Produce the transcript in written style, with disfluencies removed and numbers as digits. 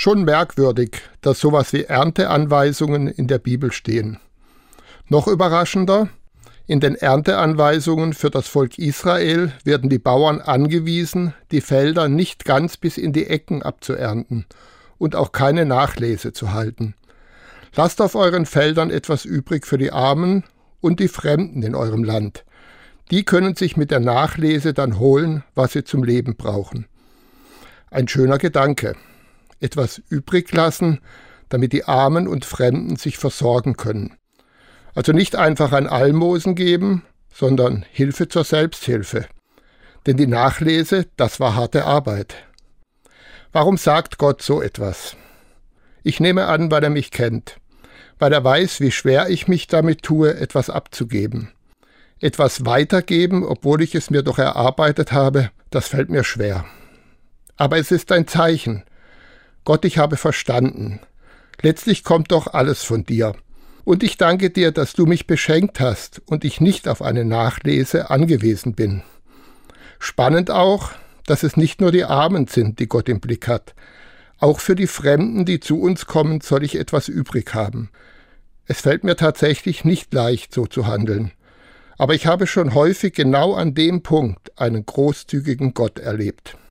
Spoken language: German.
Schon merkwürdig, dass sowas wie Ernteanweisungen in der Bibel stehen. Noch überraschender: In den Ernteanweisungen für das Volk Israel werden die Bauern angewiesen, die Felder nicht ganz bis in die Ecken abzuernten und auch keine Nachlese zu halten. Lasst auf euren Feldern etwas übrig für die Armen und die Fremden in eurem Land. Die können sich mit der Nachlese dann holen, was sie zum Leben brauchen. Ein schöner Gedanke. Etwas übrig lassen, damit die Armen und Fremden sich versorgen können. Also nicht einfach ein Almosen geben, sondern Hilfe zur Selbsthilfe. Denn die Nachlese, das war harte Arbeit. Warum sagt Gott so etwas? Ich nehme an, weil er mich kennt. Weil er weiß, wie schwer ich mich damit tue, etwas abzugeben. Etwas weitergeben, obwohl ich es mir doch erarbeitet habe, das fällt mir schwer. Aber es ist ein Zeichen. Gott, ich habe verstanden. Letztlich kommt doch alles von dir. Und ich danke dir, dass du mich beschenkt hast und ich nicht auf eine Nachlese angewiesen bin. Spannend auch, dass es nicht nur die Armen sind, die Gott im Blick hat. Auch für die Fremden, die zu uns kommen, soll ich etwas übrig haben. Es fällt mir tatsächlich nicht leicht, so zu handeln. Aber ich habe schon häufig genau an dem Punkt einen großzügigen Gott erlebt.